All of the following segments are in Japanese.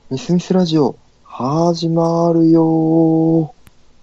ミスミスラジオ始まるよ。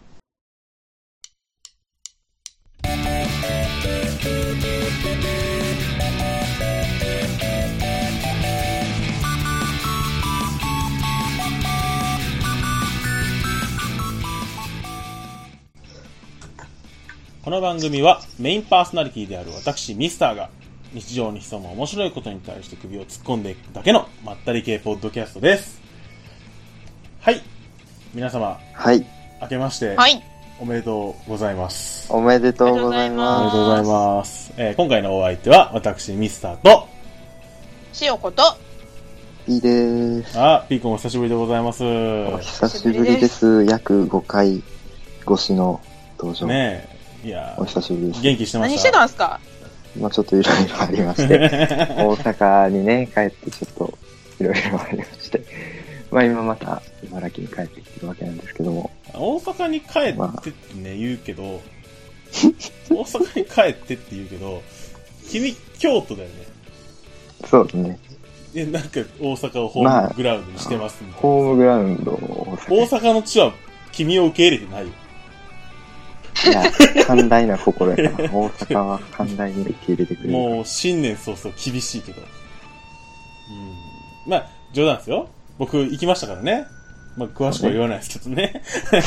この番組はメインパーソナリティである私ミスターが日常に潜む面白いことに対して首を突っ込んでいくだけのまったり系ポッドキャストです。はい、皆様、 はい、 明けまして、 はい、 おめでとうございます。 おめでとうございおめま。 ですとうございます。今回のお相手は私ミスターと塩子といいです。 ピー君お久しぶりでございます。 お久しぶりです。約5回越しの登場。 ねえ、いやお久しぶりです。 元気してました？ 何してたんすか？ まあちょっといろいろありまして、大阪にね帰ってちょっといろいろありまして、まあ今また茨城に帰ってきてるわけなんですけども。 大阪に帰ってってね、言うけど、大阪に帰ってって言うけど、君京都だよね。 そうですね。 なんか大阪をホームグラウンドにしてますみたいな、 ホームグラウンドを大阪の地は君を受け入れてないよ。 いや、寛大な心やから、大阪は寛大に受け入れてくれる。 もう新年早々厳しいけど。まあ、冗談ですよ。僕行きましたからね。まあ、詳しくは言わないですけどね。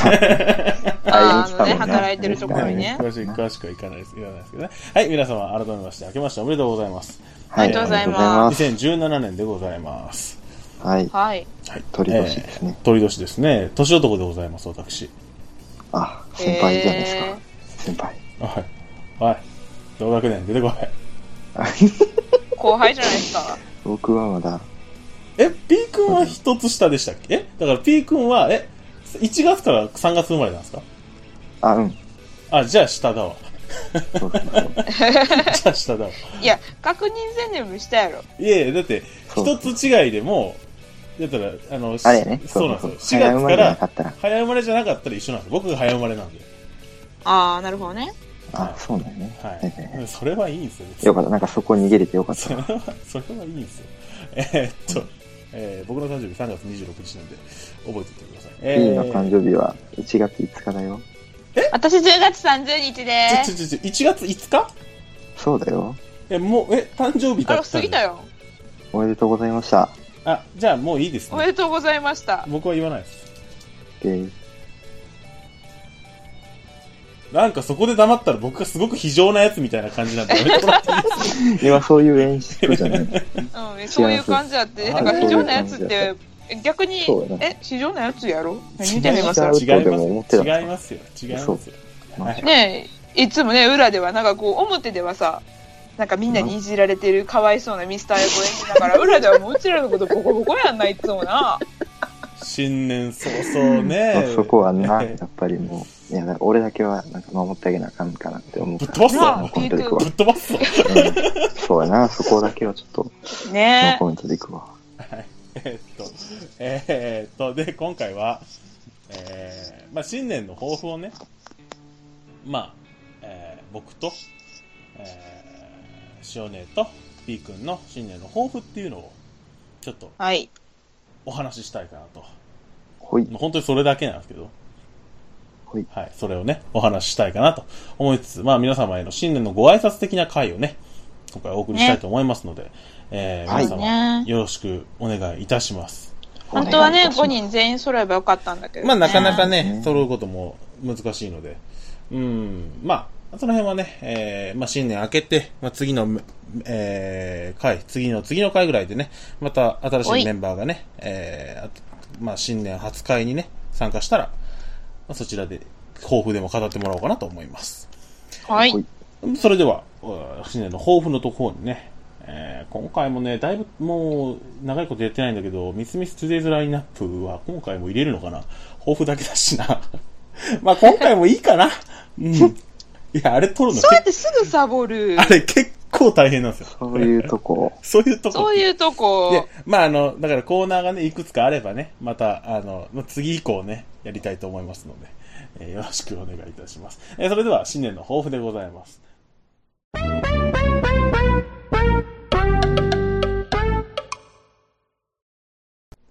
働いてるところにね。 詳しくは言わないですけどね。はい、皆様、改めまして、明けましておめでとうございます。 はい、ありがとうございます。 2017年でございます。 はい。 はい。 鳥年ですね。 鳥年ですね。年男でございます、私。 あ、先輩じゃないですか。先輩。 はい。同学年出てこい。 後輩じゃないですか。 僕はまだ。 P 君は一つ下でしたっけ？だから P 君は、1月から3月生まれなんですか？ うん。 じゃあ下だわ。 そう。 じゃあ下だわ。 いや、確認せんでもしたやろ。 いや、だって、一つ違いでも、だったら、 あれね。 そうなんですよ。4月から、早生まれじゃなかったら一緒なんです。僕が早生まれなんで。 なるほどね。 そうだよね。 はい。それはいいんですよ。 よかった。なんかそこ逃げれてよかった。 それはいいんですよ。僕の誕生日3月26日なんで、覚えておいてください。 P の誕生日は1月5日だよ。 私10月30日でーす。 1月5日？ そうだよ。 もう、誕生日だった。 過ぎたよ。 おめでとうございました。 じゃあもういいですね。 おめでとうございました。 僕は言わないです。なんかそこで黙ったら僕がすごく非常なやつみたいな感じなんでやめてもらっていいですか？ 今そういう演出じゃない。 そういう感じだって。なんか非常なやつって、逆に、非常なやつやろ？何見てみます？ 違いますよ。 ねえ、いつもね、裏ではなんかこう、表ではさ、なんかみんなにいじられてるかわいそうなミスター役を演じながら、裏ではもううちらのことボコボコやんない、いつもな。 新年早々ね。 そこはな、やっぱりもう、いや、俺だけはなんか守ってあげなあかんかなって思うから。 ぶっ飛ばすぞ。 そうやな、そこだけはちょっと、 ね、 ノーコメントでいくわ。 で、今回は、新年の抱負をね、僕と、塩姉と P 君の新年の抱負っていうのを、ちょっと、お話ししたいかなと。本当にそれだけなんですけど、それをね、お話ししたいかなと思いつつ、皆様への新年のご挨拶的な回をね、今回お送りしたいと思いますので、皆様よろしくお願いいたします。 本当はね、5人全員揃えばよかったんだけど、 なかなかね、揃うことも難しいので、その辺はね、新年明けて、次の、次の回ぐらいでね、また新しいメンバーがね、新年初回にね、参加したら、そちらで抱負でも語ってもらおうかなと思います。 はい。 それでは、新年の抱負のところにね、今回もね、だいぶもう長いことやってないんだけど、ミスミストゥデイズラインナップは今回も入れるのかな？抱負だけだしな。今回もいいかな。いや、あれ撮るの。 そうやってすぐサボる。 あれ結構大変なんですよ。 そういうとこ。 そういうとこ。 で、 だからコーナーがね、いくつかあればね、また、次以降ね、やりたいと思いますので、よろしくお願いいたします。それでは、新年の抱負でございます。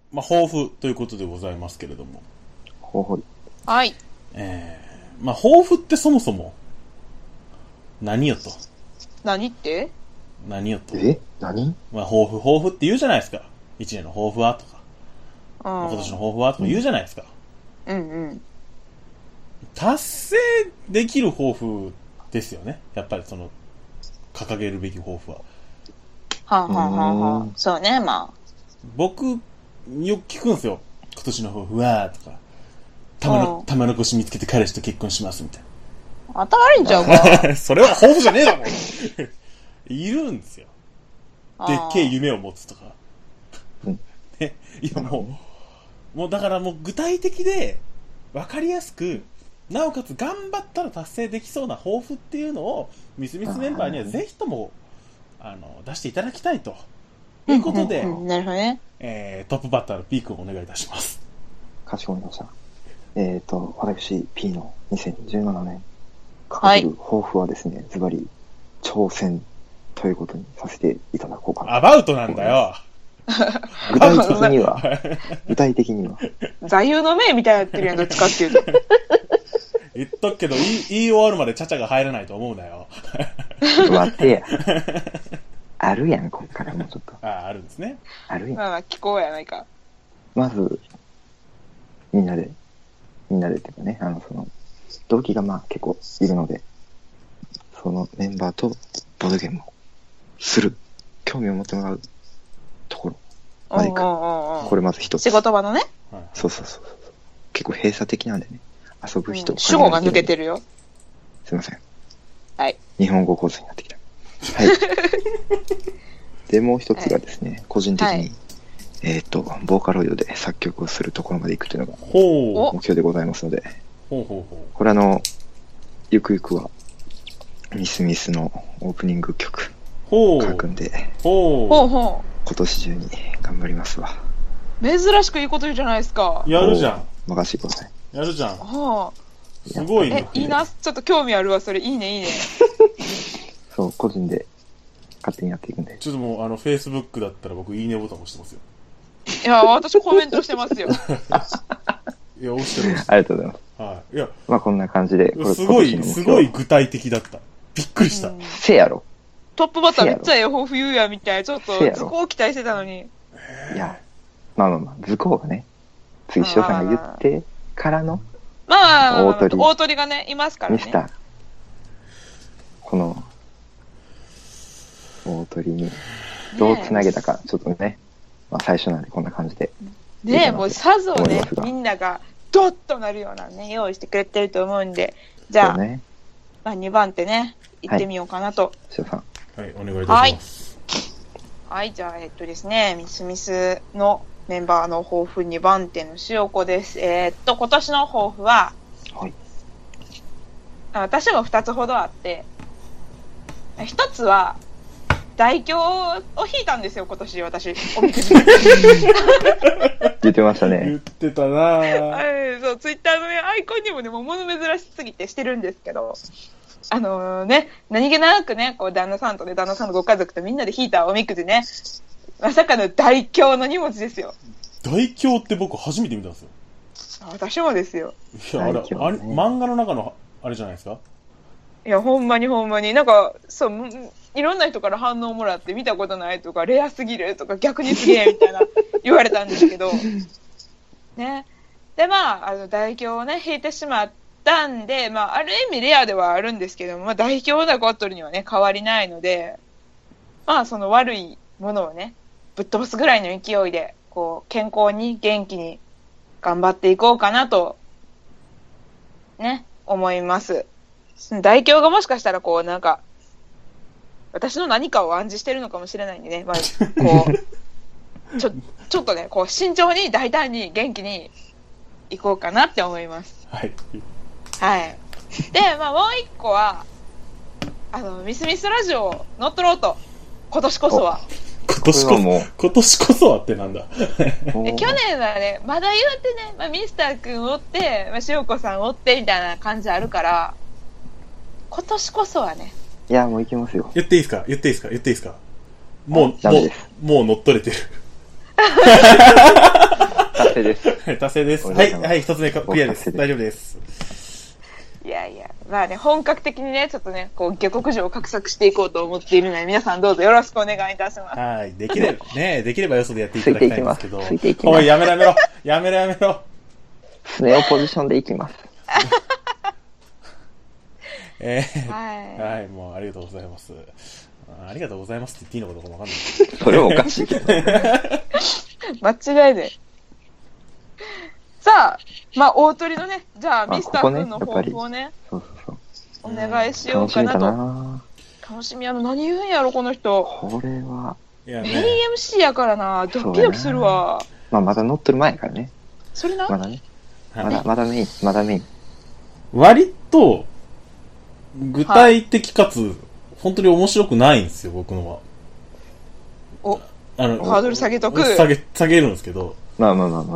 まあ、抱負ということでございますけれども。 抱負。 はい。 まあ、抱負ってそもそも、何よと。 何って何よと。 何まあ、抱負って言うじゃないですか。一年の抱負はとか。今年の抱負はとか言うじゃないですか。 うんうん。 達成できる抱負ですよね。やっぱり掲げるべき抱負は。 はぁはぁはぁはぁ。そうね、まあ。 僕、よく聞くんですよ。今年の抱負はとか。玉の腰見つけて彼氏と結婚しますみたいな。当た悪いんちゃうか。 それは抱負じゃねえだろ。いるんですよ。でっけえ夢を持つとか。ね、いやもうだからもう具体的で分かりやすく、なおかつ頑張ったら達成できそうな抱負っていうのをミスミスメンバーにはぜひとも出していただきたいということで、 なるほどね。 トップバッターの P 君お願いいたします。 かしこまりました。私 P の2017年掲げる抱負はですね、ズバリ挑戦ということにさせていただこうかな。 アバウトなんだよ。 具体的には。 座右の銘みたいになってるやん、どっちかっていうと。 言っとくけど、言い終わるまでチャチャが入らないと思うなよ。 待てや。あるやん、こっからもうちょっと。 あるんですね。 あるやん。 まあ、聞こうやないか。 まず、みんなでっていうかね、同期がまあ結構いるので、そのメンバーとボードゲームをする。興味を持ってもらうところまでいく。これまず一つ。 仕事場のね。 そう。結構閉鎖的なんでね。遊ぶ人。 主語が抜けてるよ。 すいません。 はい。 日本語講座になってきた。はい。で、もう一つがですね、個人的に、ボーカロイドで作曲をするところまで行くというのが目標でございますので、これゆくゆくはミスミスのオープニング曲書くんで、今年中に頑張りますわ。 珍しくいいこと言うじゃないですか。 やるじゃん。 任せてください。 やるじゃん。すごいね。 いいな、ちょっと興味あるわ、それ。いいね。 そう、個人で勝手にやっていくんで。 ちょっともう、Facebook だったら僕、いいねボタン押してますよ。 いや、私コメントしてますよ。 いや、押してます。 ありがとうございます。 はい。いや、 まあこんな感じで。 すごい具体的だった。びっくりした。 せやろ。 トップバッターめっちゃ抱負言うやみたい。ちょっと、図工期待してたのに。 いや、まあ、図工がね、次、塩さんが言ってからの、 まあ、大鳥がね、いますからね。 ミスター。この、大鳥に、どう繋げたか、ちょっとね、まあ最初なんでこんな感じで。 ねえ、もうさぞね、みんながドッとなるようなね、用意してくれてると思うんで、じゃあ、まあ2番手ね、行ってみようかなと。 塩さん。 はい、お願いいたします。 はい、じゃあ、ですね、ミスミスのメンバーの抱負2番手の塩子です。今年の抱負は、私も2つほどあって、1つは、大凶を引いたんですよ、今年、私。おみくじ。 言ってましたね。 言ってたなぁ。そう、ツイッターのね、アイコンにもね、もう物珍しすぎてしてるんですけど、何気なくね、こう、旦那さんのご家族とみんなで引いたおみくじね、まさかの大凶の荷物ですよ。 大凶って僕初めて見たんですよ。 私もですよ。 いや、漫画の中の、あれじゃないですか？ いや、ほんまに。なんか、そう、いろんな人から反応もらって見たことないとか、レアすぎるとか、逆にすげえみたいな言われたんですけど、ね。で、まあ、大凶をね、引いてしまったんで、まあ、ある意味レアではあるんですけども、まあ、大凶なことにはね、変わりないので、まあ、その悪いものをね、ぶっ飛ばすぐらいの勢いで、こう、健康に元気に頑張っていこうかなと、ね、思います。大凶がもしかしたらこう、なんか、私の何かを暗示してるのかもしれないんでね、まあ、こう、ちょっとね、こう、慎重に大胆に元気に行こうかなって思います。 はい。 はい。で、まあ、もう一個は、ミスミスラジオを乗っ取ろうと、今年こそは。 今年こそはってなんだ。 去年はね、まだ言うてね、まあ、ミスター君おって、まあ、塩子さんおってみたいな感じあるから、今年こそはね。 いや、もう行きますよ。 言っていいですかもう乗っ取れてる。 成です。 達成です。はい、はい、一つ目クリアです。大丈夫です。 いやいや、まあね、本格的にね、ちょっとね、こう、下克上を画策していこうと思っているので、皆さんどうぞよろしくお願いいたします。 はい、できればよそでやっていただきたいんですけど。おい、やめろ。 スネ夫ポジションでいきます。 はい、もうありがとうございます。ありがとうございますって言っていいのかどうかわかんない。 それもおかしいけど。 間違いで。さあ、まあ、大鳥のね、じゃあ、ミスター君の抱負をね、 そうお願いしようかなと。楽しみやな。何言うんやろ、この人。 これは。 メイン MC やからな、ドキドキするわ。 まあ、まだ乗ってる前からね。 それな。 まだね。まだメイン。 割と、具体的かつ、本当に面白くないんですよ、僕のは。ハードル下げとく。 下げるんですけど。 まあ。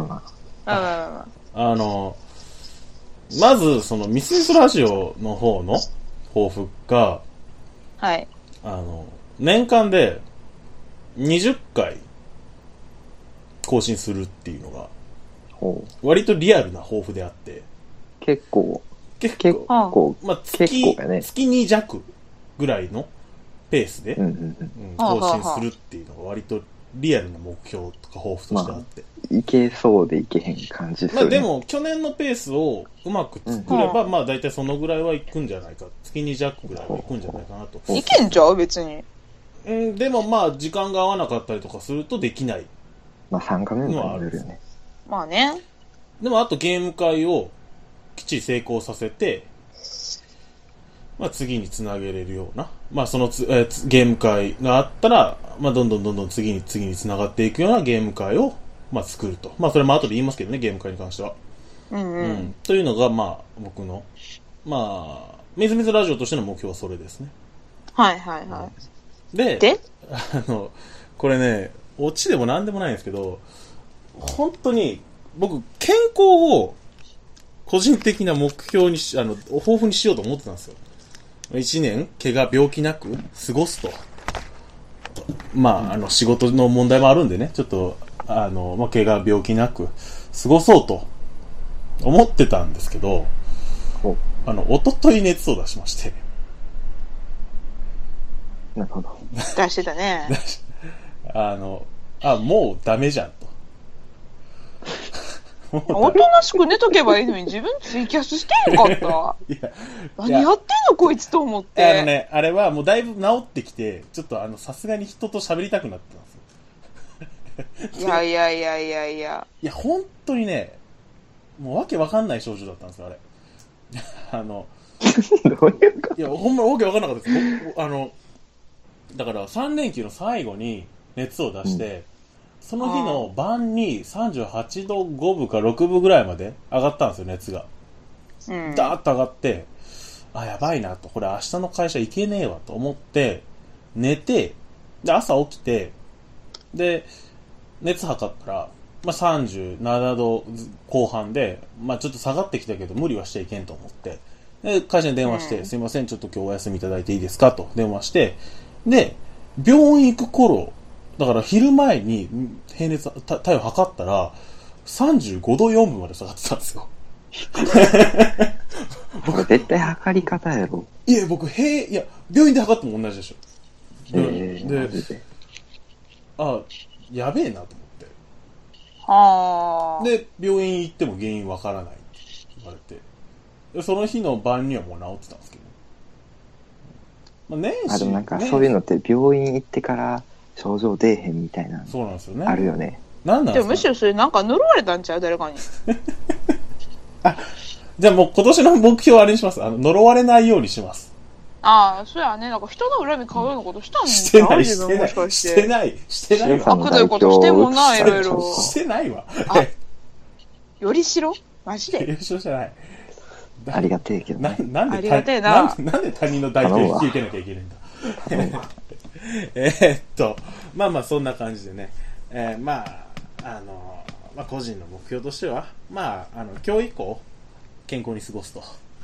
まず、その、ミスミスラジオの方の抱負が、 はい。 年間で20回更新するっていうのが、割とリアルな抱負であって。 結構。 まあ、月2弱ぐらいのペースで、更新するっていうのが割とリアルな目標とか抱負としてあって。 いけそうでいけへん感じする、ね。 まあでも、去年のペースをうまく作れば、まあ大体そのぐらいはいくんじゃないか。月2弱ぐらいはいくんじゃないかなと。 いけんちゃう別に。 でもまあ、時間が合わなかったりとかするとできない。 まあ参加メンバーもあるよね。 まあね。 でもあとゲーム会をきっちり成功させて、まあ次につなげれるような、まあそのゲーム会があったら、まあどんどん次につながっていくようなゲーム会を、まあ作ると。まあそれも後で言いますけどね、ゲーム会に関しては。というのが、まあ僕の、まあ、みずみずラジオとしての目標はそれですね。 はい。 で、これね、オチでもなんでもないんですけど、本当に、僕、健康を個人的な目標に抱負にしようと思ってたんですよ。1年、怪我、病気なく過ごすと。まあ、仕事の問題もあるんでね、ちょっと、まあ、怪我、病気なく過ごそうと思ってたんですけど、一昨日熱を出しまして。 なるほど。 出してたね。 もうダメじゃんと。 おとなしく寝とけばいいのに自分ツイキャスしてんかった何やってんのこいつと思って。 あれはもうだいぶ治ってきて、ちょっとさすがに人と喋りたくなってますいや。いや、本当にね、もうわけわかんない症状だったんですよ、あれ。 どういうか。 いや、ほんまわけわかんなかったです。だから3連休の最後に熱を出して、その日の晩に38度5分か6分ぐらいまで上がったんですよ、熱が。ダーッと上がって、やばいなと、これ明日の会社行けねえわと思って、寝て、で、朝起きて、で、熱測ったら、まあ、37度後半で、まあ、ちょっと下がってきたけど、無理はしちゃいけんと思って、で、会社に電話して、すいません、ちょっと今日お休みいただいていいですかと電話して、で、病院行く頃、だから昼前に平熱、体温測ったら、35度4分まで下がってたんですよ。 これ絶対測り方やろ。 いや、僕、いや、病院で測っても同じでしょ。で、やべえなと思って。で、病院行っても原因わからないって言われて。で、その日の晩にはもう治ってたんですけど。まあ、年始。 でもなんかそういうのって病院行ってから症状出えへんみたいな。 そうなんですよね。 あるよね。 なんでもむしろそれなんか呪われたんちゃう誰かに。 じゃあもう今年の目標はあれにします。呪われないようにします。 そうやね。なんか人の恨み買うようなことしたんですか？してない。 悪どいことしてもない、いろいろ。 してないわ。 よりしろ？マジで？ よりしろじゃない。 ありがてえけどね。 なんでありがてえな。 なんで他人の代表引き受けなきゃいけないんだ。まあそんな感じでね。個人の目標としては、今日以降、健康に過ごすと。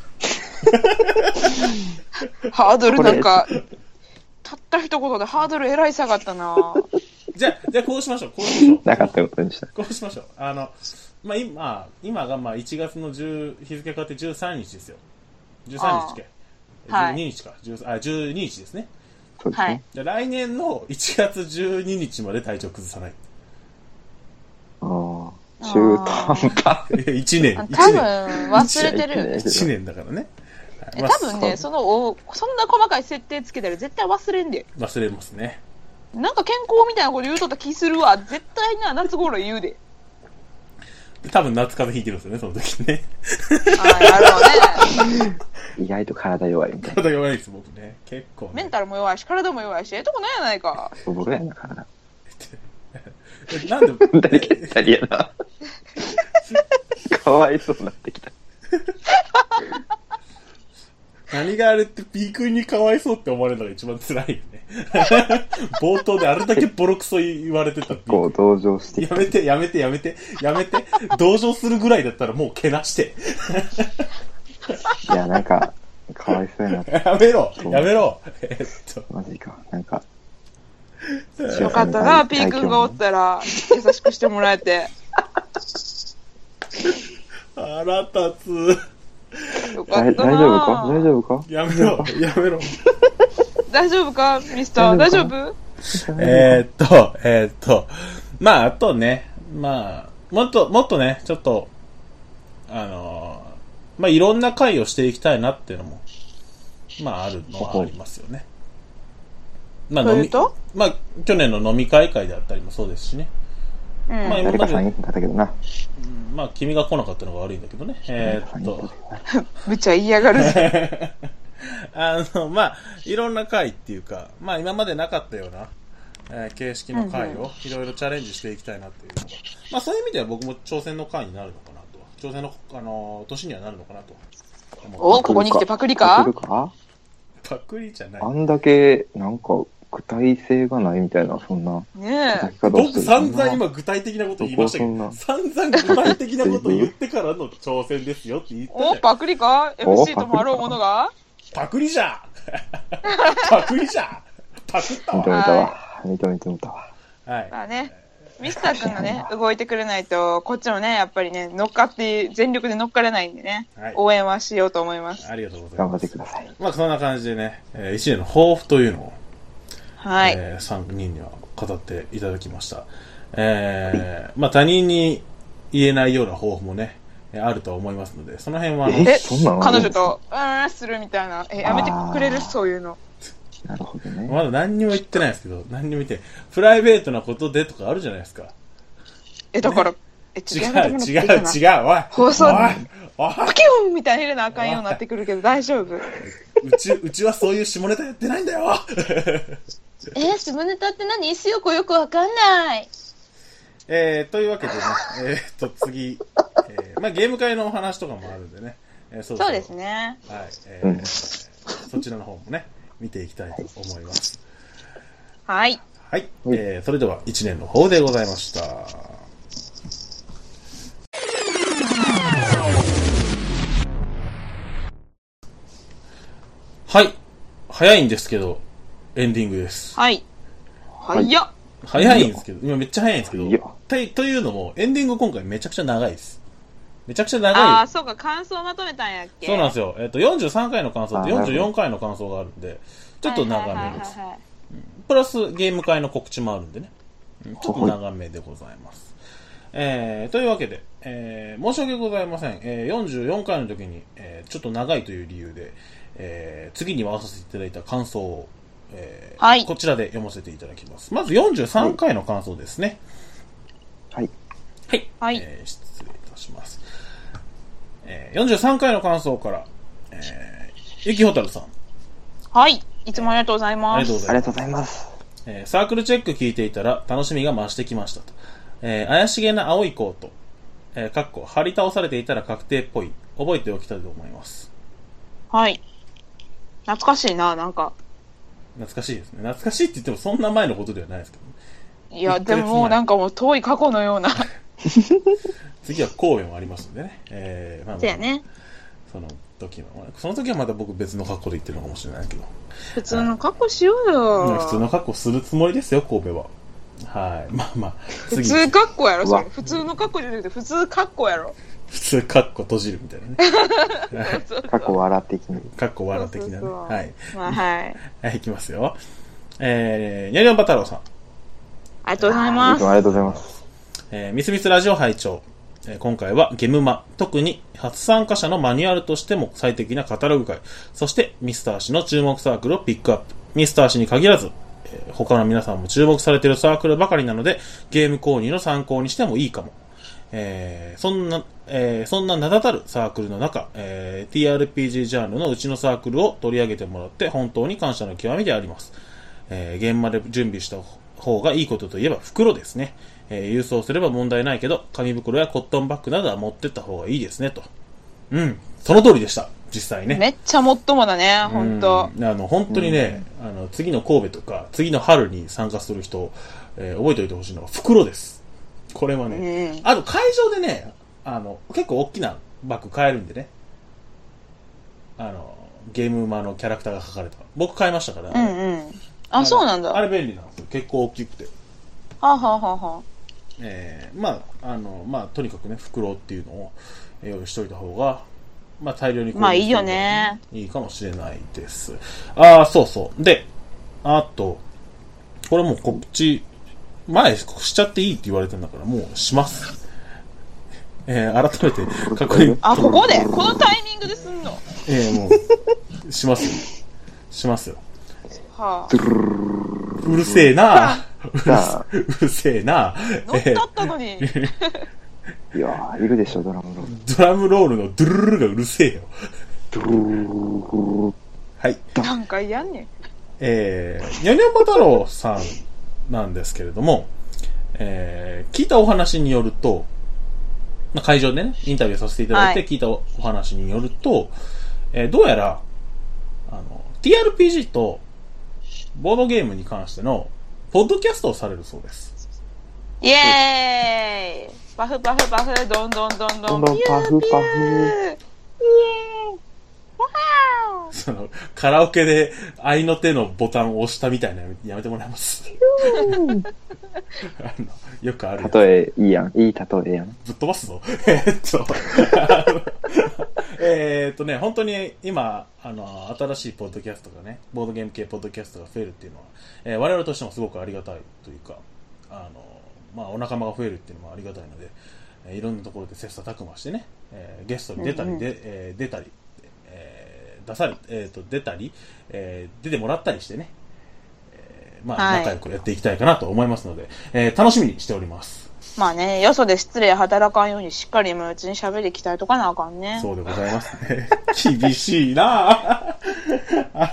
ハードルなんか、たった一言でハードルえらい下がったな。 じゃあこうしましょう。 なかったことにした。 こうしましょう。 まあ今がまあ1月の日付変わって13日ですよ。13日か。12日か。12日ですね。 そうですね。 じゃ来年の1月12日まで体調崩さない。 中途半端。 1年。 多分忘れてるよね。 1年だからね。 多分ね、そんな細かい設定つけたら絶対忘れんで。 忘れますね。 なんか健康みたいなこと言うとった気するわ。絶対な、夏頃言うで。 多分夏風邪ひいてるんですよね、その時ね。 なるほどね。 意外と体弱いみたいな。 体弱いです、僕ね。結構、ね。 メンタルも弱いし、体も弱いし、とこないやないか。 僕らやな、体。 なんで誰かったりやな。かわいそうになってきた。 何があれってピークにかわいそうって思われるのが一番辛いよね。冒頭であれだけボロクソ言われてたピーク。 こう同情してやめて。同情するぐらいだったらもうけなして。 いや、なんか、かわいそうやな。 やめろ。 マジか。なんか。 よかったな、ピー君がおったら、優しくしてもらえて。 腹立つ。 よかったな。 大丈夫かやめろ。 大丈夫かミスター、大丈夫？ まあ、あとね、まあ、もっとね、ちょっと、まあ、いろんな会をしていきたいなっていうのも、まあ、あるのはありますよね。まあ、まあ、去年の飲み会であったりもそうですしね。 まあ、誰か3人だったけどな。 まあ、君が来なかったのが悪いんだけどね。 むちゃ嫌がるぜ。 まあ、いろんな会っていうか、まあ、今までなかったような、形式の会をいろいろチャレンジしていきたいなっていうのが、まあ、そういう意味では僕も挑戦の会になるのかなと。挑戦の、年にはなるのかなと。 ここに来てパクリか？ パクリじゃない。 あんだけ、なんか、具体性がないみたいな、そんな。 ねえ。僕散々今具体的なこと言いましたけど、散々具体的なこと言ってからの挑戦ですよって言ったじゃん。 パクリか？ FC ともあろうものが？ パクリじゃパクったわ。 認めたわ。 はい。まあね、ミスター君がね、動いてくれないと、こっちもね、やっぱりね、全力で乗っかれないんでね、はい、応援はしようと思います。 ありがとうございます。 頑張ってください。 まあそんな感じでね、1年の抱負というのを、 はい。 3人には語っていただきました。まあ他人に言えないような抱負もね、あると思いますので、その辺は彼女とするみたいな、やめてくれる？そういうの。 なるほどね。 まだ何にも言ってないですけど、何にも言ってない。プライベートなことでとかあるじゃないですか。 だから、 違う、おい。 放送、パキュンみたいに入れなあかんようになってくるけど、大丈夫？ うちはそういう下ネタやってないんだよ。 下ネタって何？すよくよくわかんない。 というわけでね、次、まあゲーム会のお話とかもあるんでね。 そうですね。 はい、そちらの方もね、見ていきたいと思います。 はい。 はい。それでは1年の方でございました。はい。早いんですけど、エンディングです。 はい。早いんですけど、今めっちゃ早いんですけど、というのも、エンディング今回めちゃくちゃ長いです。めちゃくちゃ長い。 ああ、そうか、感想まとめたんやっけ？ そうなんですよ。43回の感想と44回の感想があるんで、ちょっと長めです。プラスゲーム会の告知もあるんでね。ちょっと長めでございます。というわけで、申し訳ございません。44回の時に、ちょっと長いという理由で、次に回させていただいた感想を、 はい、 こちらで読ませていただきます。まず43回の感想ですね。 はい。 はい。失礼いたします。43回の感想から、ゆきほたるさん。 はい。いつもありがとうございます。 ありがとうございます。 サークルチェック聞いていたら楽しみが増してきましたと。怪しげな青いコート、かっこ張り倒されていたら確定っぽい。覚えておきたいと思います。 はい。懐かしいな、なんか。 懐かしいですね。懐かしいって言ってもそんな前のことではないですけどね。 いや、でももうなんかもう遠い過去のような。 次は神戸もありますんでね。 そうやね。 その時はまた僕別の格好で行ってるのかもしれないけど。 普通の格好しようよ。 普通の格好するつもりですよ、神戸は。 はい。まあまあ、 普通カッコやろ、それ。普通のカッコじゃなくて、普通カッコやろ。 普通カッコ閉じるみたいなね。 カッコ笑的に。 カッコ笑的なね。はい。 まあ、はい。 はい、いきますよ。にゃりょんば太郎さん。 ありがとうございます。 ありがとうございます。 みすみすラジオ拝聴。今回はゲムマ、特に初参加者のマニュアルとしても最適なカタログ会、そしてミスター氏の注目サークルをピックアップ。ミスター氏に限らず、他の皆さんも注目されているサークルばかりなので、ゲーム購入の参考にしてもいいかも。そんな名だたるサークルの中、TRPG ジャンルのうちのサークルを取り上げてもらって本当に感謝の極みであります。現場で準備した方がいいことといえば袋ですね。郵送すれば問題ないけど、紙袋やコットンバッグなどは持ってった方がいいですね、と。うん、その通りでした。実際ね。 めっちゃもっともだね、本当。 本当にね、次の神戸とか、次の春に参加する人、覚えておいてほしいのは袋です。これはね、あと会場でね、結構大きなバッグ買えるんでね。ゲームマのキャラクターが描かれた。僕買いましたからね。あ、そうなんだ。 あれ便利なんですよ。結構大きくて。 はあ、はあははまあ、とにかくね、袋っていうのを用意しといた方が、まあ、大量にまあ、いいよね。 いいかもしれないです。ああ、そうそう。で、あと、これもう告知、前しちゃっていいって言われてんだから、もうします。改めて確認。 あ、ここでこのタイミングですんの？ もう、しますよ。しますよ。 はあ。 うるせえな。うるせえな。 乗っかったのに。 いやいるでしょ、ドラムロール。 ドラムロールのドゥルルルがうるせえよ。 ドゥルルル。 はい。 何回やんねん。 にゃにゃんば太郎さんなんですけれども、聞いたお話によると、会場でね、インタビューさせていただいて聞いたお話によると、どうやら、TRPG とボードゲームに関してのポッドキャストをされるそうです。 イエーイ、パフパフパフ、どんどんどんどん、 パフパフ。イエーイ、 そのカラオケで愛の手のボタンを押したみたいなのやめてもらいます。よくある。 例えいいやん。いい例えやん。 ぶっ飛ばすぞ。本当に今新しいポッドキャストがね、ボードゲーム系ポッドキャストが増えるっていうのは、我々としてもすごくありがたいというか、お仲間が増えるっていうのもありがたいので、いろんなところで切磋琢磨してね、ゲストに出たり出たり。出たり、出てもらったりしてね、仲良くやっていきたいかなと思いますので、楽しみにしております。 まあね、よそで失礼働かんようにしっかり今うちに喋り鍛えとかなあかんね。 そうでございますね。厳しいなはい。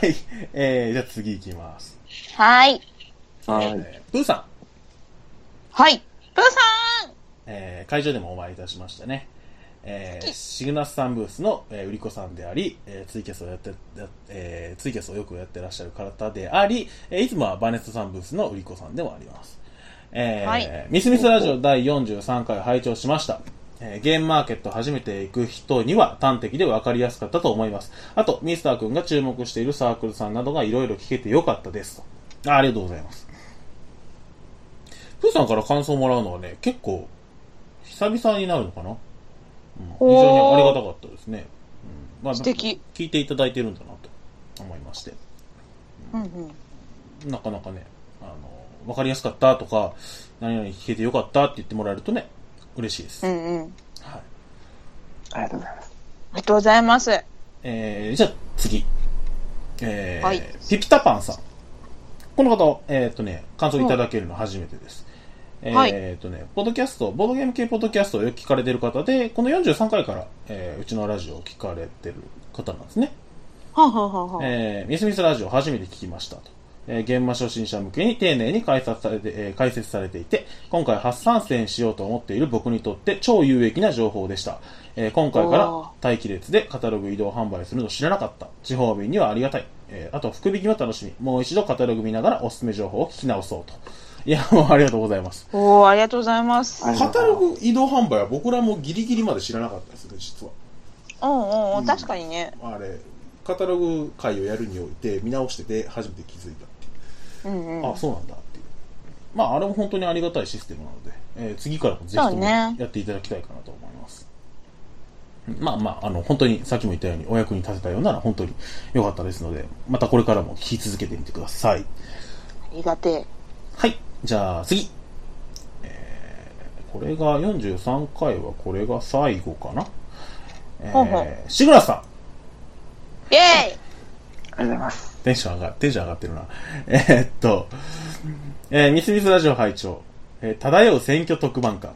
じゃあ次行きます。 はい。 プーさん。 はい。プーさん、会場でもお会いいたしましたね。シグナスさんブースの、売り子さんであり、ツイキャスをよくやってらっしゃる方であり、いつもはバネストさんブースの売り子さんでもあります。はい、ミスミスラジオ第43回を拝聴しました。ゲームマーケット初めて行く人には端的で分かりやすかったと思います。あと、ミスター君が注目しているサークルさんなどがいろいろ聞けてよかったですと。ありがとうございます。プーさんから感想をもらうのはね、結構久々になるのかな。非常にありがたかったですね。 素敵。 聞いていただいてるんだなと思いまして、なかなかね、分かりやすかったとか、何々聞けてよかったって言ってもらえるとね、嬉しいです。はい。 ありがとうございます。 ありがとうございます。 じゃあ次、はい、ピピタパンさん。この方、感想いただけるの初めてです。ポッドキャスト、ボードゲーム系ポッドキャストをよく聞かれている方で、この43回から、うちのラジオを聞かれている方なんですね。ミスミスラジオ初めて聞きましたと。ゲームマ初心者向けに丁寧に解説されていて、今回初参戦しようと思っている僕にとって超有益な情報でした。今回から待機列でカタログ移動販売するの知らなかった。地方便にはありがたい。あと福引きも楽しみ。もう一度カタログ見ながらおすすめ情報を聞き直そうと。いや、もうありがとうございます。 ありがとうございます。 カタログ移動販売は僕らもギリギリまで知らなかったですね、実は。確かにね。 あれ、カタログ会をやるにおいて見直してて初めて気づいたっていう。あ、そうなんだっていう。 あれも本当にありがたいシステムなので、次からもぜひともやっていただきたいかなと思います。本当にさっきも言ったようにお役に立てたようなら本当に良かったですので、またこれからも聞き続けてみてください。 ありがてえ。 はい。じゃあ次。これが43回はこれが最後かな。しぐらさん。イェーイ。 ありがとうございます。 テンション上がってるな。ミスミスラジオ拝聴、漂う選挙特番官。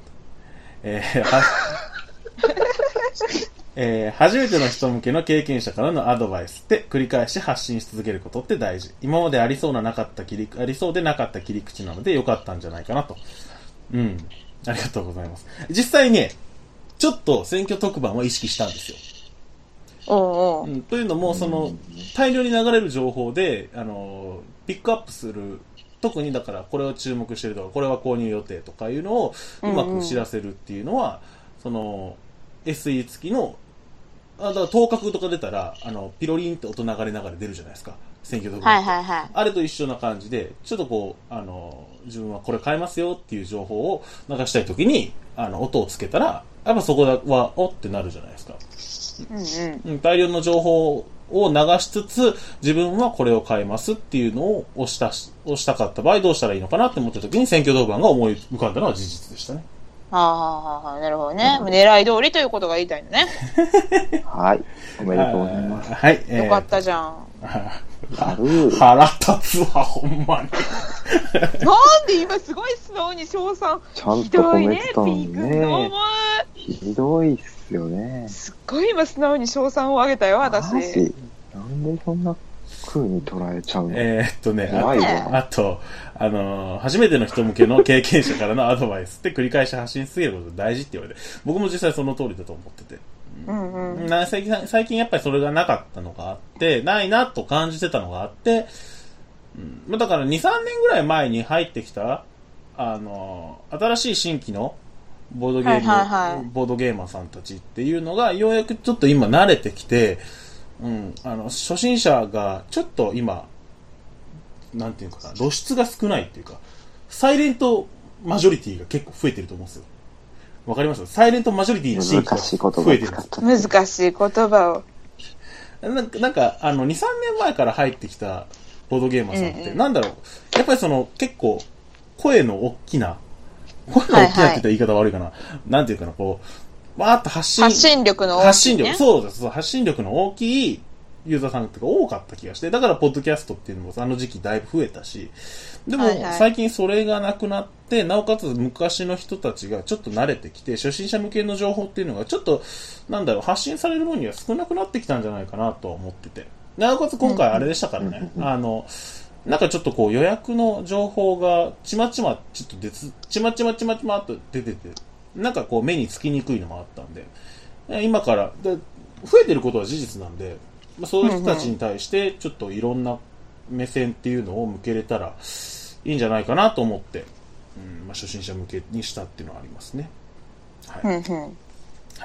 初めての人向けの経験者からのアドバイスって繰り返し発信し続けることって大事。今までありそうでなかった切り口なので良かったんじゃないかなと。ありがとうございます。実際ね、ちょっと選挙特番は意識したんですよ。というのも、大量に流れる情報で、ピックアップする、特にだからこれを注目してるとか、これは購入予定とかいうのをうまく知らせるっていうのは、SE 付きの、だから当確とか出たら、ピロリンって音流れながら出るじゃないですか。選挙特番。あれと一緒な感じで、ちょっと自分はこれ買いますよっていう情報を流したいときに、音をつけたら、やっぱそこは、おってなるじゃないですか。大量の情報を流しつつ、自分はこれを買いますっていうのを押したかった場合どうしたらいいのかなって思ったときに選挙特番が思い浮かんだのは事実でしたね。 なるほどね。狙い通りということが言いたいのね。 はい。おめでとうございます。 はい。よかったじゃん。 腹立つわ、ほんまに。 なんで今すごい素直に称賛。 ちゃんと褒めてたのにね。ひどいっすよね。 すっごい今素直に称賛をあげたよ、私。 なんでそんな風に捉えちゃうの？ あと、初めての人向けの経験者からのアドバイスって繰り返し発信し続けることが大事って言われて、僕も実際その通りだと思ってて。最近やっぱりそれがなかったのがあって、ないなと感じてたのがあって、だから2、3年ぐらい前に入ってきた、新しい新規のボードゲーマーさんたちっていうのが、ようやくちょっと今慣れてきて、初心者がちょっと今、なんていうかな、露出が少ないっていうか、サイレントマジョリティが結構増えてると思うんですよ。わかります？サイレントマジョリティの進化が増えてる。 難しい言葉を。 なんか、2、3年前から入ってきたボードゲーマーさんって、なんだろう、やっぱり結構、声の大きなって言ったら言い方悪いかな。なんていうかな、わーっと発信力の大きい、ね。そうです。発信力の大きいユーザーさんが多かった気がして、だからポッドキャストっていうのもあの時期だいぶ増えたし、でも最近それがなくなって、なおかつ昔の人たちがちょっと慣れてきて、初心者向けの情報っていうのがちょっと、発信される分には少なくなってきたんじゃないかなと思ってて。なおかつ今回あれでしたからね、なんかちょっと予約の情報がちまちまっと出てて、なんか目につきにくいのもあったんで、今から増えてることは事実なんで、そういう人たちに対してちょっといろんな目線っていうのを向けれたらいいんじゃないかなと思って、初心者向けにしたっていうのはありますね。はい。はい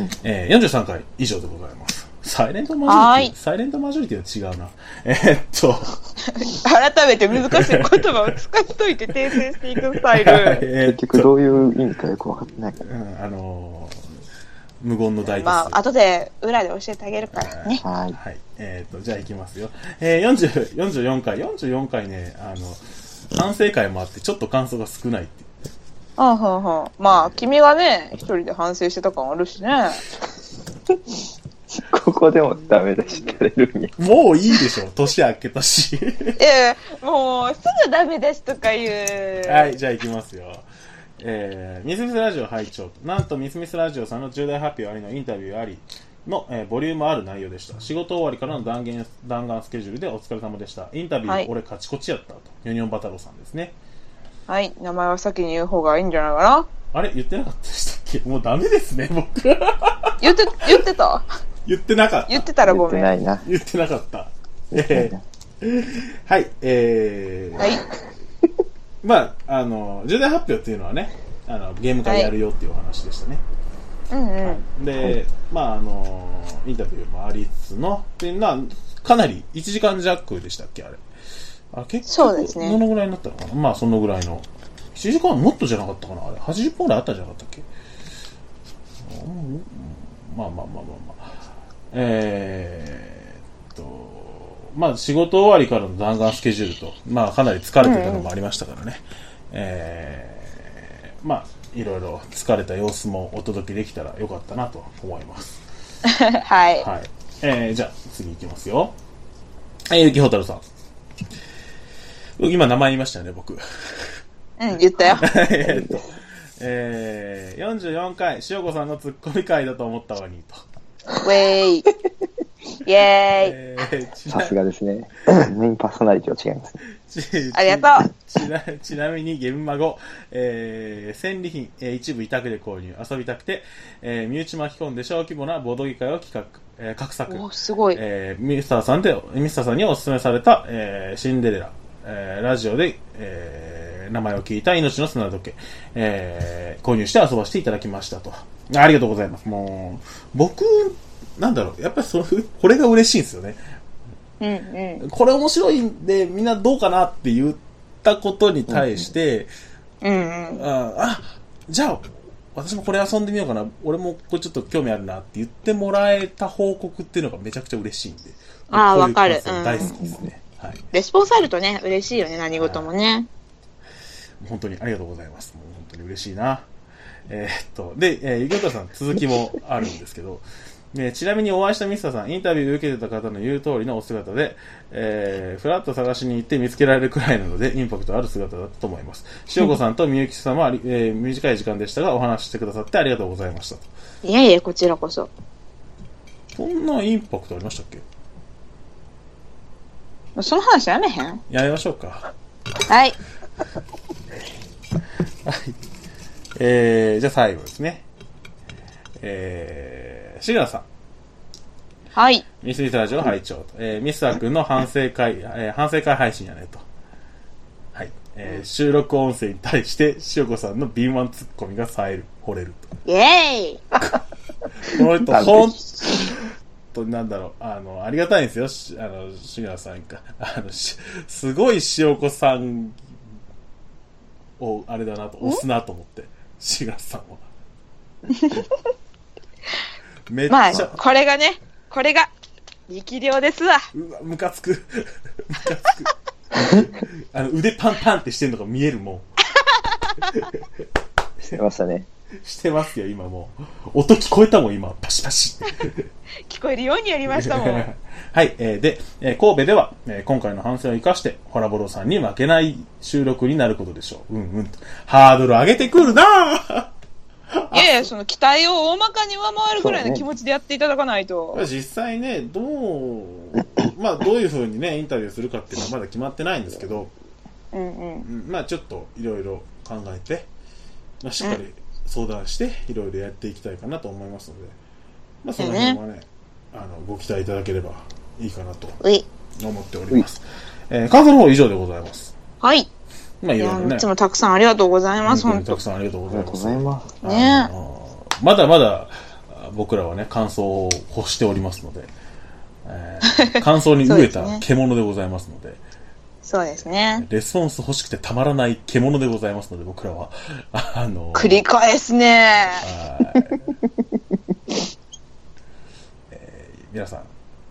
。43回以上でございます。サイレントマジョリティは違うな。 改めて難しい言葉を使っといて訂正していくスタイル。 結局どういう意味かよく分かってないから。 無言の大です。後で裏で教えてあげるからね。 はい。じゃあ行きますよ。44回ね、反省会もあってちょっと感想が少ないって言って。 まあ、君がね、一人で反省してた感あるしね。 ここでもダメ出しされるんや。 もういいでしょ、年明けたし。 もうすぐダメ出しとか言う。 はい、じゃあ行きますよ。ミスミスラジオ拝聴。なんとミスミスラジオさんの重大発表ありのインタビューありの、ボリュームある内容でした。仕事終わりからの弾丸スケジュールでお疲れ様でした。インタビュー、俺カチコチやったと。ユニオンバタロさんですね。 はい、名前は先に言う方がいいんじゃないかな。 あれ言ってなかったでしたっけ？もうダメですね、僕。 言ってた？ 言ってなかった。 言ってたらごめん。 言ってなかった。はい、はい。まあ、重大発表っていうのはね、ゲーム会やるよっていうお話でしたね。で、まあ、インタビューもありつつの、で、かなり1時間弱でしたっけ、あれ。結構、 そうですね。 どのぐらいになったのかな。まあ、そのぐらいの 1時間もっとじゃなかったかなあれ。80分ぐらいあったんじゃなかったっけ。まあ。まあ仕事終わりからの弾丸スケジュールと、まあかなり疲れてたのもありましたからね。まあいろいろ疲れた様子もお届けできたらよかったなと思います。 はい。 はい。じゃあ次行きますよ。ゆきほたるさん。今名前言いましたよね、僕。 うん、言ったよ。 44回、塩子さんのツッコミ回だと思ったわにと。 ウェイ。イェーイ。さすがですね。メインパーソナリティは違いますね。ありがとう。ちなみに、ゲームマゴ、戦利品、一部委託で購入、遊びたくて、身内巻き込んで小規模なボード議会を企画、画策。 お、すごい。 ミスターさんにお勧めされた、シンデレラ、ラジオで、名前を聞いた命の砂時計、購入して遊ばせていただきましたと。ありがとうございます。もう、僕、なんだろう、やっぱりこれが嬉しいんですよね。 うんうん。 これ面白いんで、みんなどうかなって言ったことに対して、じゃあ、私もこれ遊んでみようかな、俺もこれちょっと興味あるなって言ってもらえた報告っていうのがめちゃくちゃ嬉しいんで。 わかる。 大好きですね。はい。 レスポンスあるとね、嬉しいよね、何事もね。 本当にありがとうございます。もう本当に嬉しいな。で、ゆきおたるさん続きもあるんですけど、ちなみにお会いしたミスターさん、インタビューを受けてた方の言う通りのお姿で、フラッと探しに行って見つけられるくらいなので、インパクトある姿だったと思います。塩子さんとみゆきさんは、短い時間でしたが、お話ししてくださってありがとうございましたと。 いやいや、こちらこそ。 そんなインパクトありましたっけ？ その話やめへん？ やめましょうか。 はい。 はい。じゃあ最後ですね。シグナさん。 はい。 ミスミスラジオ拝聴。ミスター君の反省会配信やねと。はい。収録音声に対して、塩子さんの敏腕ツッコミが冴える、惚れると。イェーイこの人、ほんと、なんだろう、ありがたいんですよ、シグナさんが。すごい塩子さんを、あれだなと、押すなと思って、シグナさんは。めっちゃ、まあ、 これが力量ですわ。 うわ、ムカつく。腕パンパンってしてるのが見えるもん。 してましたね。 してますよ、今もう。音聞こえたもん、今。パシパシって。 聞こえるようにやりましたもん。 はい、で、神戸では、今回の反省を生かして、ホラボロさんに負けない収録になることでしょう。ハードル上げてくるなぁいやいや、その期待を大まかに上回るぐらいの気持ちでやっていただかないと。 実際ね、どういう風にね、インタビューするかっていうのはまだ決まってないんですけど、まあちょっといろいろ考えて、まあ、しっかり相談していろいろやっていきたいかなと思いますので、まあその辺はね、ご期待いただければいいかなと思っております。感想の方以上でございます。 はい。 まあいろいろね。 いつもたくさんありがとうございます。 本当にたくさんありがとうございます。 ね。 まだまだ僕らはね、感想を欲しておりますので、感想に飢えた獣でございますので、 そうですね。 レスポンス欲しくてたまらない獣でございますので、僕らは。 繰り返すね皆さん、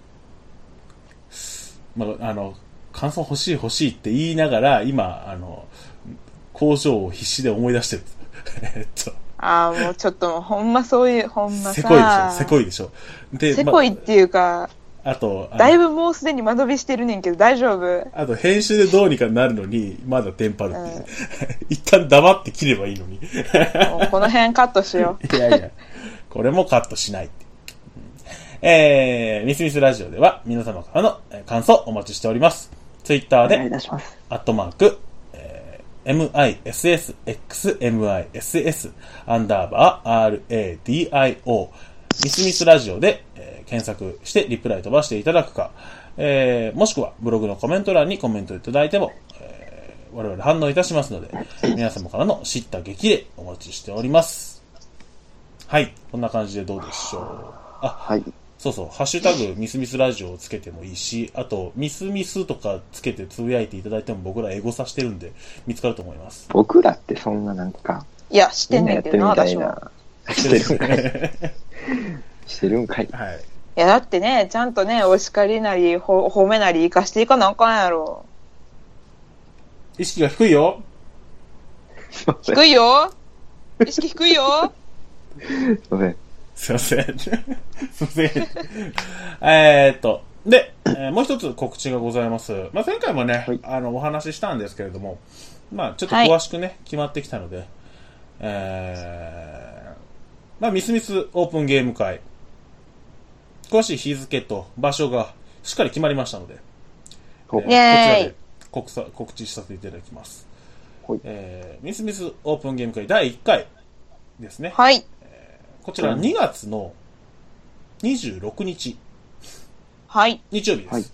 感想欲しいって言いながら、今、工場を必死で思い出してる。 もうちょっとほんまそういう、ほんまさ。せこいでしょ。 で、せこいっていうか、 あと、 だいぶもうすでに間延びしてるねんけど大丈夫？ あと、編集でどうにかなるのに、まだテンパるっていう。一旦黙って切ればいいのに。 もうこの辺カットしよう。いや、これもカットしないって。ミスミスラジオでは皆様からの感想お待ちしております。ツイッターで、@MISSXMISS _RADIO ミスミスラジオで、検索してリプライ飛ばしていただくか、もしくはブログのコメント欄にコメントいただいても、我々反応いたしますので、皆様からの知った激励お待ちしております。はい、こんな感じでどうでしょう。 はい。 そうそう、ハッシュタグミスミスラジオをつけてもいいし、あと、ミスミスとかつけてつぶやいていただいても僕らエゴサしてるんで見つかると思います。 僕らってそんななんか、 いや、してんねんけどな、私は。してるんかい。してるんかい。 はい。いや、だってね、ちゃんとね、お叱りなり、褒めなり生かしていかなあかんやろ。 意識が低いよ。 低いよ。意識低いよ。 すいません。 すいません。すいません。で、もう一つ告知がございます。まあ、前回もね、はい、お話ししたんですけれども、まあ、ちょっと詳しくね、はい、決まってきたので、まあ、ミスミスオープンゲーム会、詳しい日付と場所がしっかり決まりましたので、こちらで告知させていただきます。ミスミスオープンゲーム会第1回ですね。 はい。 こちら2月の26日。 はい。 日曜日です。 はい、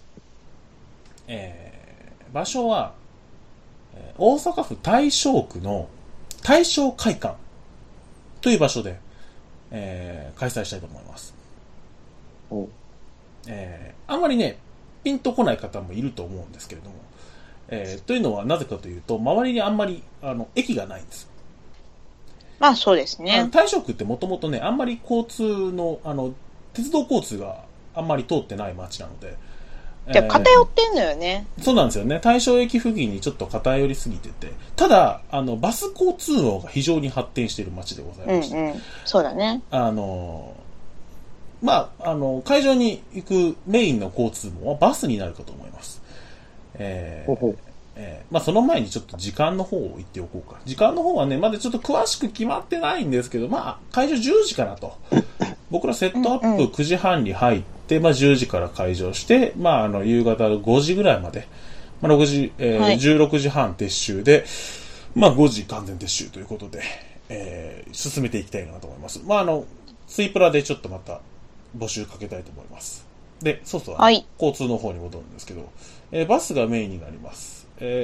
場所は、大阪府大正区の大正会館という場所で、開催したいと思います。あんまりね、ピンとこない方もいると思うんですけれども、というのはなぜかというと、周りにあんまり駅がないんです。 まあそうですね。 大正区ってもともとね、あんまり交通の、鉄道交通があんまり通ってない街なので。 じゃあ偏ってんのよね。 そうなんですよね。大正駅付近にちょっと偏りすぎてて。ただ、バス交通網が非常に発展している街でございまして。 うんうん。そうだね。 まあ、会場に行くメインの交通網はバスになるかと思います。まあその前にちょっと時間の方を言っておこうか。時間の方はね、まだちょっと詳しく決まってないんですけど、まあ会場10時からと。僕らセットアップ9時半に入って、まあ10時から会場して、まあ夕方5時ぐらいまで、まあ6時、16時半撤収で、まあ5時完全撤収ということで、進めていきたいなと思います。まあツイプラでちょっとまた募集かけたいと思います。で、そうそう、 はい、 交通の方に戻るんですけど、バスがメインになります。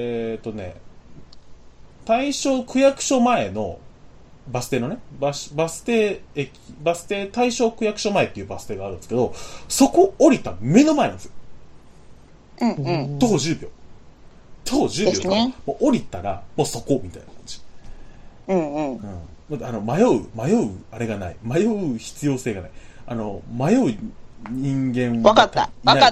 大正区役所前のバス停のね、バス停大正区役所前っていうバス停があるんですけど、そこ降りた目の前なんですよ。 うんうん。 徒歩10秒。徒歩10秒から、 ね、 もう降りたら、もうそこみたいな感じ。 うんうん。 迷うあれがない。迷う必要性がない。迷う人間わかった。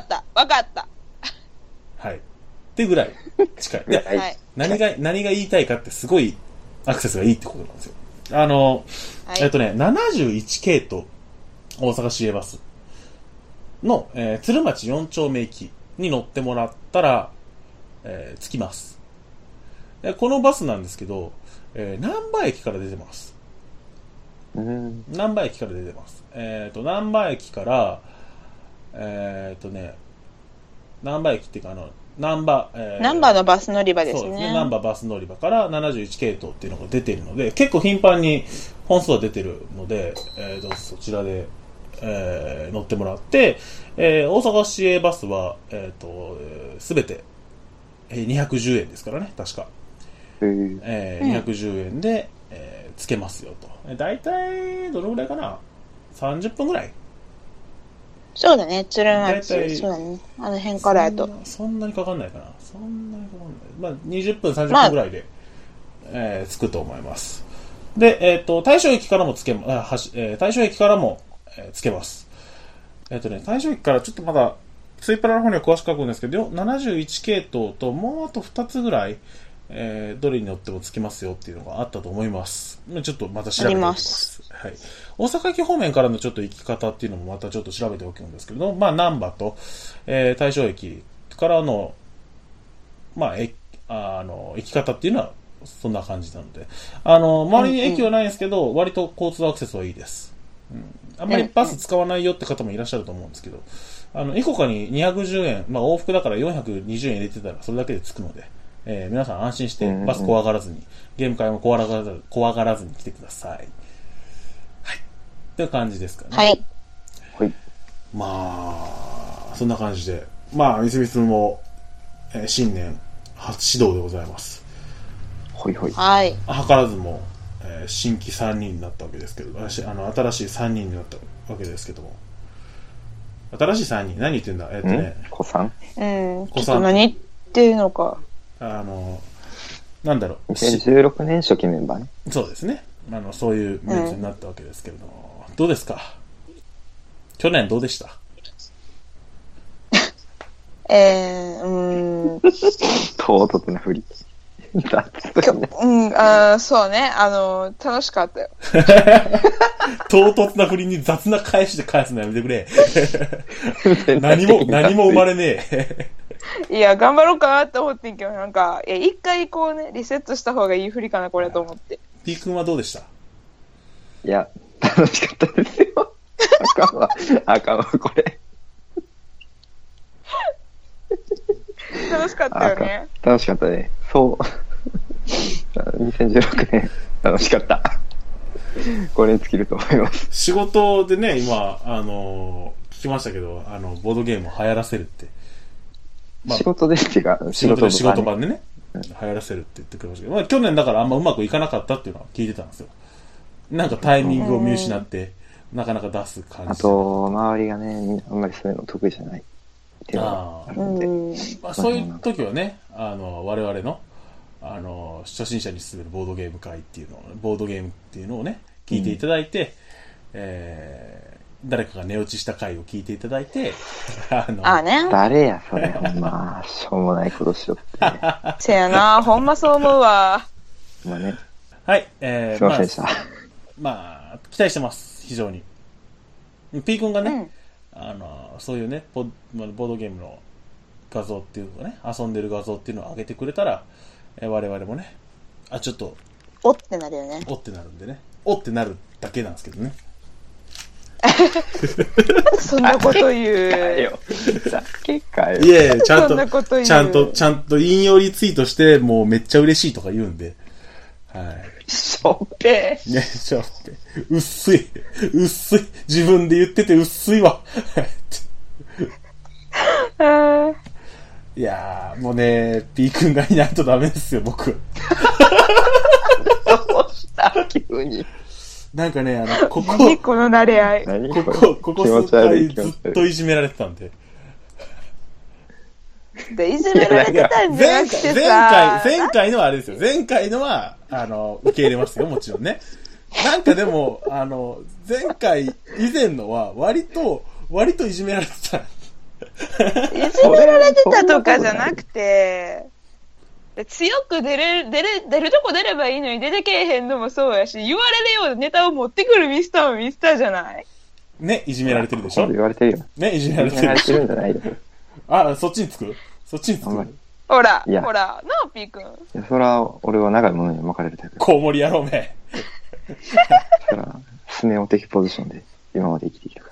はい。ってぐらい近い。で、はい、何が言いたいかってすごいアクセスがいいってことなんですよ。71系統大阪市営バスの、鶴町4丁目駅に乗ってもらったら、着きます。このバスなんですけど、難波駅から出てます。難波駅から出てます。難波駅から、難波駅っていうか難波のバス乗り場ですね。 そうですね。難波バス乗り場から71系統っていうのが出ているので、結構頻繁に本数は出てるので、そちらで、乗ってもらって、大阪市営バスは、すべて、210円ですからね、確か。210円で、つけますよと。だいたい、どのぐらいかな ?30 分ぐらいそうだね、鶴町。そうだね。あの辺からやと。 そんなにかかんないかな。まあ、20分、30分ぐらいで、着くと思います。で、大正駅からも大正駅からも、着けます。大正駅からちょっとまだ、ツイプラの方には詳しく書くんですけど、71系統ともうあと2つぐらい、どれに乗っても着きますよっていうのがあったと思います。ちょっとまた調べておきます。はい。大阪駅方面からのちょっと行き方っていうのもまたちょっと調べておくんですけど、まあ、難波と、大正駅からの、まあ、行き方っていうのはそんな感じなので、周りに駅はないんですけど、割と交通アクセスはいいです。あんまりバス使わないよって方もいらっしゃると思うんですけど、イコカに210円、まあ、往復だから420円入れてたらそれだけで着くので、皆さん安心してバス怖がらずに、ゲーム会も怖がらずに来てください。はい。という感じですかね。 はい。 はい。 まあ、そんな感じで、まあ、みすみすも、新年初指導でございます。 はいはい。 はい。 図らずも、新規3人になったわけですけど、新しい3人になったわけですけども、 新しい3人、何言ってんだ子さんちょっと何言ってるのか。 なんだろう。 2016年初期メンバーね。 そうですね。そういうメンツになったわけですけれども、どうですか？去年どうでした？ 唐突な振り。 そうね。楽しかったよ。 唐突な振りに雑な返しで返すのやめてくれ。何も生まれねえ。 いや、頑張ろうかなって思ってんけど、なんか、一回こうね、リセットした方がいい振りかな、これと思って。 P 君はどうでした？ いや、楽しかったですよ。あかんわ、これ。 楽しかったよね。 楽しかったね。そう。2016年、楽しかった。これに尽きると思います。 仕事でね、今、聞きましたけど、ボードゲームを流行らせるって。 仕事でっていうか、 仕事場でね、流行らせるって言ってくれましたけど、去年だからあんまうまくいかなかったっていうのは聞いてたんですよ。なんかタイミングを見失って、なかなか出す感じ。 あと、周りがね、あんまりそういうの得意じゃないっていうのがあるので。 そういう時はね、我々の、初心者に勧めるボードゲーム会っていうのを、ボードゲームっていうのをね、聞いていただいて、誰かが寝落ちした回を聞いていただいて、 誰や、それ、ほんま、しょうもないことしろって、ね。 せやな、ほんまそう思うわ。 まあね。 はい、 すいませんでした。 期待してます、非常に。P 君がね、そういうね、ボードゲームの画像っていうかね、遊んでる画像っていうのを上げてくれたら、我々もね、ちょっと、 おってなるよね。 おってなるんでね。おってなるだけなんですけどね。 そんなこと言う。 だけかよ。 いやちゃんと引用リツイートして、もうめっちゃ嬉しいとか言うんで。はい。 しょっぺ。 ね、しょっぺ。薄い。自分で言ってて薄いわ。いやー、もうね、P 君がいないとダメですよ、僕。 どうした急に。 なんかね、ここの慣れ合い。 ここ数回ずっといじめられてたんで。 いじめられてたんじゃなくてさ。 前回のはあれですよ。前回のは、受け入れますよ、もちろんね。なんかでも、前回以前のは、割といじめられてた。 いじめられてたとかじゃなくて、強く出るとこ出ればいいのに出てけえへんのもそうやし、言われるようなネタを持ってくるミスターもミスターじゃないね、いじめられてるでしょ。 言われてるよ。 ね、いじめられてる。 いじめられてるんじゃないよ。 そっちにつくほら、なあ、P 君。 いや、そら、俺は長いものに巻かれるタイプ。 コウモリ野郎め。 そら、スネ夫的ポジションで今まで生きてきたから。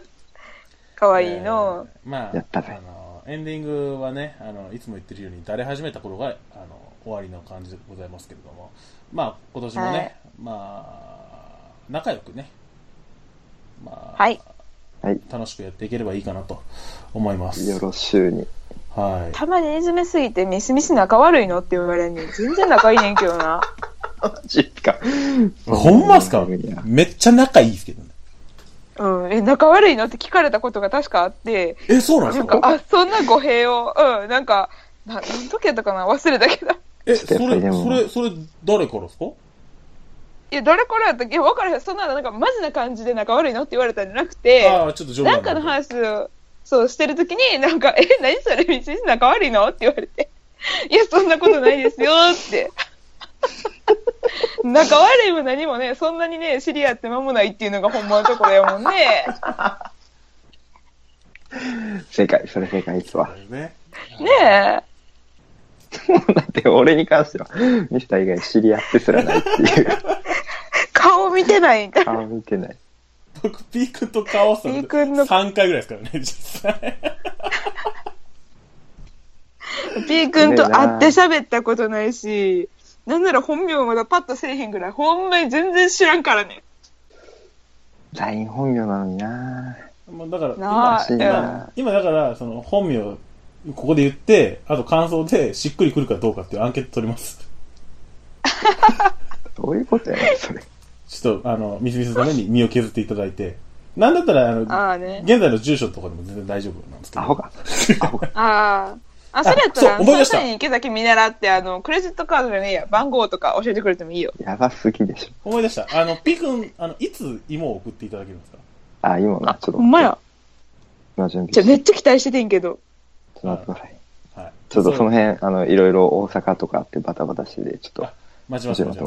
かわいいの。 やったぜ。 エンディングはね、いつも言ってるように、誰始めた頃が、終わりの感じでございますけれども、今年もね、仲良くね、楽しくやっていければいいかなと思います。 よろしゅうに。 はい。 たまにいじめすぎて、ミスミス仲悪いのって言われんねん。全然仲いいねんけどな。 マジか。 ほんまっすか？めっちゃ仲いいですけどね。 仲悪いのって聞かれたことが確かあって。 そうなんですか？ そんな語弊を、なんか、何時やったかな忘れたけど。 それ、誰からですか？ いや、誰からやったっけ？分からへん。そんな、なんか、マジな感じで仲悪いのって言われたんじゃなくて、 ちょっと冗談なんかの話を、してるときに、なんか、何それ、みちみち仲悪いのって言われて、いや、そんなことないですよって。仲悪いも何もね、そんなにね、知り合って間もないっていうのが本物のところやもんね。 正解ですわ。 ねえ。 だって俺に関しては、ミスター以外知り合ってすらないっていう。 顔見てないんだ。 顔見てない。 僕、P 君と顔合わせたの3回ぐらいですからね、実際。 P 君と会って喋ったことないし、なんなら本名まだパッとせえへんぐらい、ほんまに全然知らんからね。 LINE 本名なのになぁ。だから今だから、その本名、ここで言って、あと感想でしっくりくるかどうかっていうアンケート取ります。 どういうことやねん、それ。 ちょっと、みすみすのために身を削っていただいて、 なんだったら、現在の住所とかでも全然大丈夫なんですけど。 アホか。 それやったら、捜査員池崎見習って、クレジットカードでもいいや、番号とか教えてくれてもいいよ。 やばすぎでしょ。 思い出した。P 君、いつ芋を送っていただけるんですか？ 芋な、ちょっと。 ほんまや。じゃめっちゃ期待しててんけど。 ちょっと待ってください。はい。ちょっとその辺、いろいろ大阪とかあってバタバタして、ちょっと。 待ちます。はい。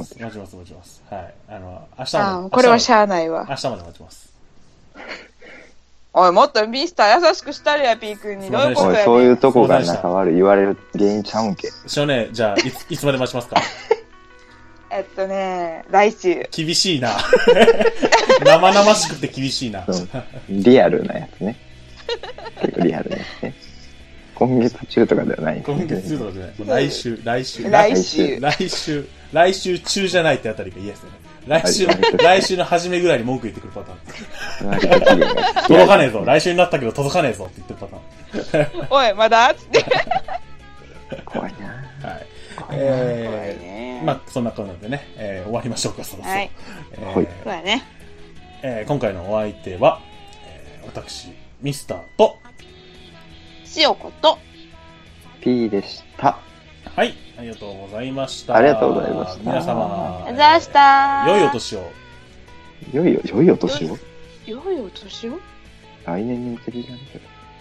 明日まで。 これはしゃあないわ。 明日まで待ちます。 おい、もっとミスター優しくしたれや、P 君に。どういうことや。 そういうとこが仲悪い言われる原因ちゃうんけ。 少年、じゃあ、いつまで待ちますか？ 来週。 厳しいな。生々しくて厳しいな。 リアルなやつね。リアルなやつね。今月中とかではない。 今月中とかじゃない。来週中じゃないってあたりが嫌ですよね。来週の初めぐらいに文句言ってくるパターン。届かねえぞ。来週になったけど届かねえぞって言ってるパターン。 おい、まだつって。 怖いな。 はい。まあ、そんな感じでね、終わりましょうか、そろそろ。はい。 そうだね。 今回のお相手は、私、ミスターと、 塩子と、 P でした。 はい、ありがとうございました。 ありがとうございました。 皆様、 ありがとうございました。 良いお年を。 良いお年を？ 良いお年を？ 来年に向けていかなきゃ。